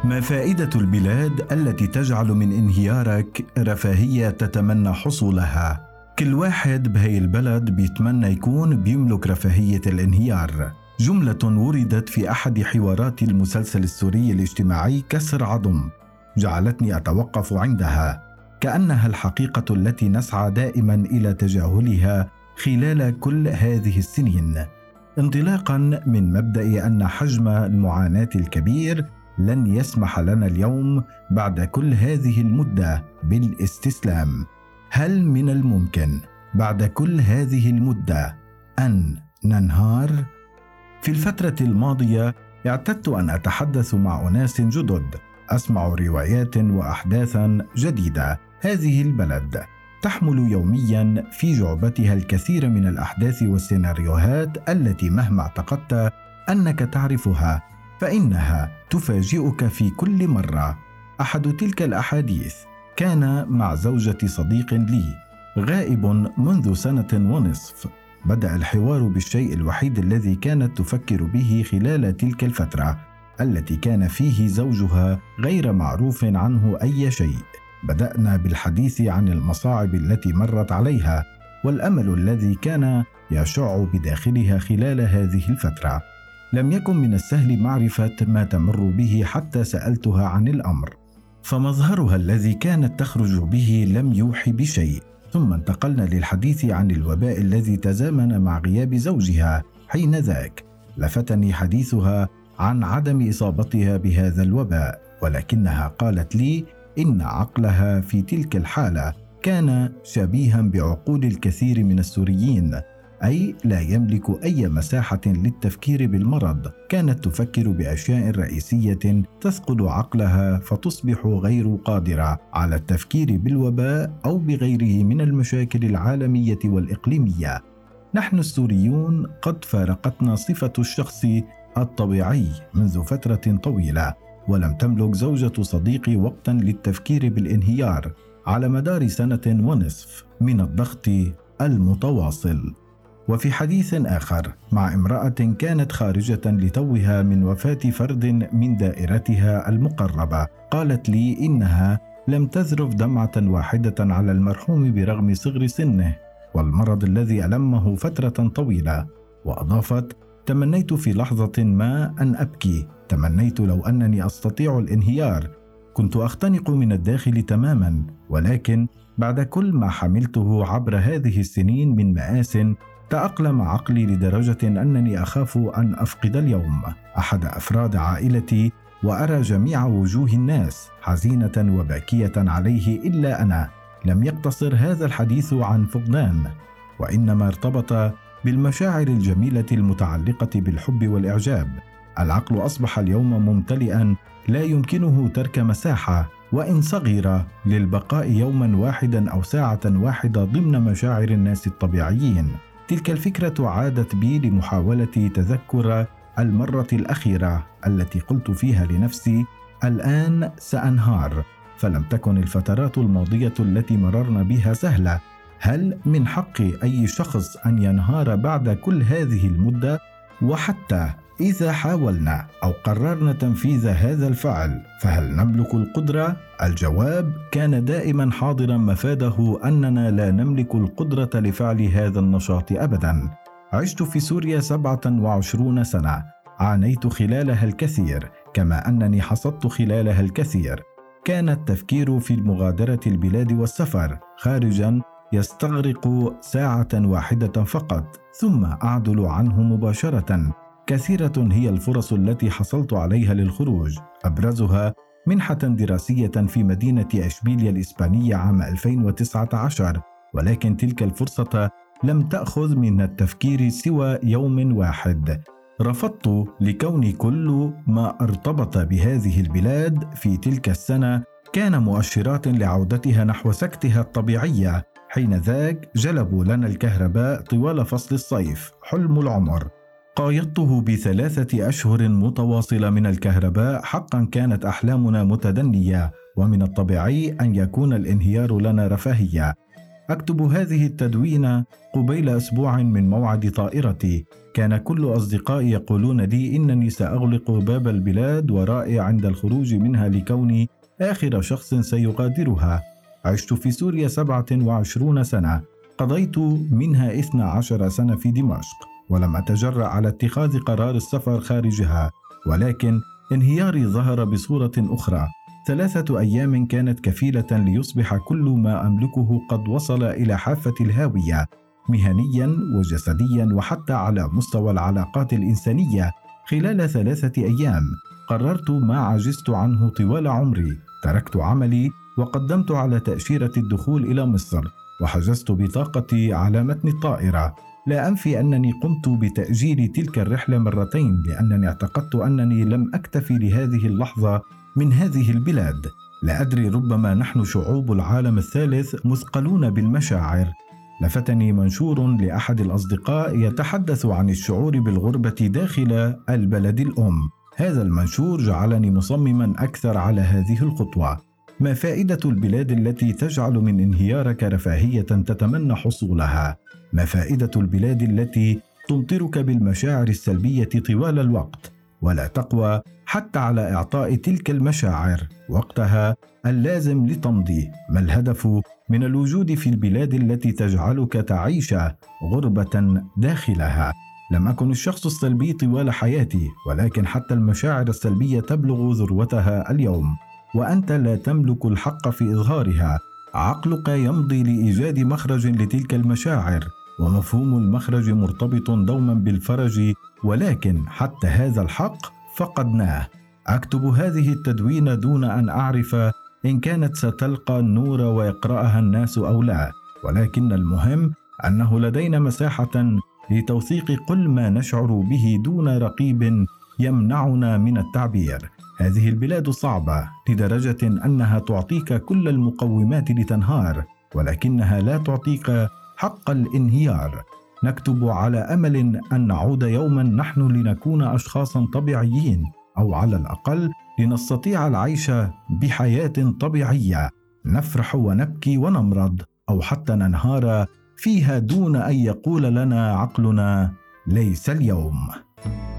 ما فائدة البلاد التي تجعل من انهيارك رفاهية تتمنى حصولها؟ كل واحد بهي البلد بيتمنى يكون بيملك رفاهية الانهيار. جملة وردت في أحد حوارات المسلسل السوري الاجتماعي كسر عظم جعلتني أتوقف عندها، كأنها الحقيقة التي نسعى دائما إلى تجاهلها خلال كل هذه السنين، انطلاقا من مبدأ أن حجم المعاناة الكبير لن يسمح لنا اليوم بعد كل هذه المدة بالاستسلام. هل من الممكن بعد كل هذه المدة أن ننهار؟ في الفترة الماضية اعتدت أن أتحدث مع أناس جدد، أسمع روايات وأحداثا جديدة. هذه البلد تحمل يوميا في جعبتها الكثير من الأحداث والسيناريوهات التي مهما اعتقدت أنك تعرفها فإنها تفاجئك في كل مرة. أحد تلك الأحاديث كان مع زوجة صديق لي غائب منذ 1.5 سنة. بدأ الحوار بالشيء الوحيد الذي كانت تفكر به خلال تلك الفترة التي كان فيه زوجها غير معروف عنه أي شيء. بدأنا بالحديث عن المصاعب التي مرت عليها والأمل الذي كان يشع بداخلها خلال هذه الفترة. لم يكن من السهل معرفة ما تمر به حتى سألتها عن الأمر، فمظهرها الذي كانت تخرج به لم يوحي بشيء. ثم انتقلنا للحديث عن الوباء الذي تزامن مع غياب زوجها. حين ذاك لفتني حديثها عن عدم إصابتها بهذا الوباء، ولكنها قالت لي إن عقلها في تلك الحالة كان شبيها بعقول الكثير من السوريين، أي لا يملك أي مساحة للتفكير بالمرض. كانت تفكر بأشياء رئيسية تثقل عقلها فتصبح غير قادرة على التفكير بالوباء أو بغيره من المشاكل العالمية والإقليمية. نحن السوريون قد فارقتنا صفة الشخص الطبيعي منذ فترة طويلة، ولم تملك زوجة صديقي وقتا للتفكير بالانهيار على مدار 1.5 سنة من الضغط المتواصل. وفي حديث آخر مع امرأة كانت خارجة لتوها من وفاة فرد من دائرتها المقربة، قالت لي إنها لم تذرف دمعة واحدة على المرحوم برغم صغر سنه والمرض الذي ألمه فترة طويلة. وأضافت: تمنيت في لحظة ما أن أبكي، تمنيت لو أنني أستطيع الانهيار، كنت أختنق من الداخل تماما، ولكن بعد كل ما حملته عبر هذه السنين من مآس تأقلم عقلي لدرجة أنني أخاف أن أفقد اليوم أحد أفراد عائلتي وأرى جميع وجوه الناس حزينة وباكية عليه إلا أنا. لم يقتصر هذا الحديث عن فقدان، وإنما ارتبط بالمشاعر الجميلة المتعلقة بالحب والإعجاب. العقل أصبح اليوم ممتلئا لا يمكنه ترك مساحة وإن صغيرة للبقاء يوما واحدا أو ساعة واحدة ضمن مشاعر الناس الطبيعيين. تلك الفكرة عادت بي لمحاولة تذكر المرة الأخيرة التي قلت فيها لنفسي الآن سأنهار. فلم تكن الفترات الماضية التي مررنا بها سهلة. هل من حق أي شخص أن ينهار بعد كل هذه المدة؟ وحتى إذا حاولنا أو قررنا تنفيذ هذا الفعل فهل نملك القدرة؟ الجواب كان دائما حاضرا مفاده أننا لا نملك القدرة لفعل هذا النشاط أبدا. عشت في سوريا 27 سنة، عانيت خلالها الكثير كما أنني حصدت خلالها الكثير. كان التفكير في مغادرة البلاد والسفر خارجا يستغرق ساعة واحدة فقط ثم أعدل عنه مباشرة. كثيرة هي الفرص التي حصلت عليها للخروج، أبرزها منحة دراسية في مدينة إشبيلية الإسبانية عام 2019، ولكن تلك الفرصة لم تأخذ من التفكير سوى يوم واحد. رفضت لكون كل ما ارتبط بهذه البلاد في تلك السنة كان مؤشرات لعودتها نحو سكتها الطبيعية. حين ذاك جلبوا لنا الكهرباء طوال فصل الصيف، حلم العمر. قايضته ب3 أشهر متواصلة من الكهرباء. حقا كانت أحلامنا متدنية، ومن الطبيعي أن يكون الانهيار لنا رفاهية. أكتب هذه التدوينة قبيل أسبوع من موعد طائرتي. كان كل أصدقائي يقولون لي إنني سأغلق باب البلاد ورائي عند الخروج منها لكوني آخر شخص سيغادرها. عشت في سوريا 27 سنة، قضيت منها 12 سنة في دمشق، ولم أتجرأ على اتخاذ قرار السفر خارجها، ولكن انهياري ظهر بصورة أخرى. 3 أيام كانت كفيلة ليصبح كل ما أملكه قد وصل إلى حافة الهاوية، مهنيا وجسديا وحتى على مستوى العلاقات الإنسانية. خلال 3 أيام قررت ما عجزت عنه طوال عمري. تركت عملي وقدمت على تأشيرة الدخول إلى مصر، وحجزت بطاقتي على متن الطائرة. لا أنفي أنني قمت بتأجيل تلك الرحلة مرتين، لأنني اعتقدت أنني لم أكتفي لهذه اللحظة من هذه البلاد. لا أدري، ربما نحن شعوب العالم الثالث مثقلون بالمشاعر. لفتني منشور لأحد الأصدقاء يتحدث عن الشعور بالغربة داخل البلد الأم. هذا المنشور جعلني مصمما أكثر على هذه الخطوة. ما فائدة البلاد التي تجعل من انهيارك رفاهية تتمنى حصولها؟ ما فائدة البلاد التي تمطرك بالمشاعر السلبية طوال الوقت ولا تقوى حتى على إعطاء تلك المشاعر وقتها اللازم لتمضي؟ ما الهدف من الوجود في البلاد التي تجعلك تعيش غربة داخلها؟ لم أكن الشخص السلبي طوال حياتي، ولكن حتى المشاعر السلبية تبلغ ذروتها اليوم، وأنت لا تملك الحق في إظهارها. عقلك يمضي لإيجاد مخرج لتلك المشاعر، ومفهوم المخرج مرتبط دوما بالفرج، ولكن حتى هذا الحق فقدناه. أكتب هذه التدوينة دون أن أعرف إن كانت ستلقى النور ويقرأها الناس أو لا، ولكن المهم أنه لدينا مساحة لتوثيق كل ما نشعر به دون رقيب يمنعنا من التعبير. هذه البلاد صعبة لدرجة أنها تعطيك كل المقومات لتنهار، ولكنها لا تعطيك حق الانهيار. نكتب على أمل أن نعود يوما نحن لنكون أشخاصا طبيعيين، أو على الأقل لنستطيع العيش بحياة طبيعية، نفرح ونبكي ونمرض، أو حتى ننهار فيها دون أن يقول لنا عقلنا ليس اليوم.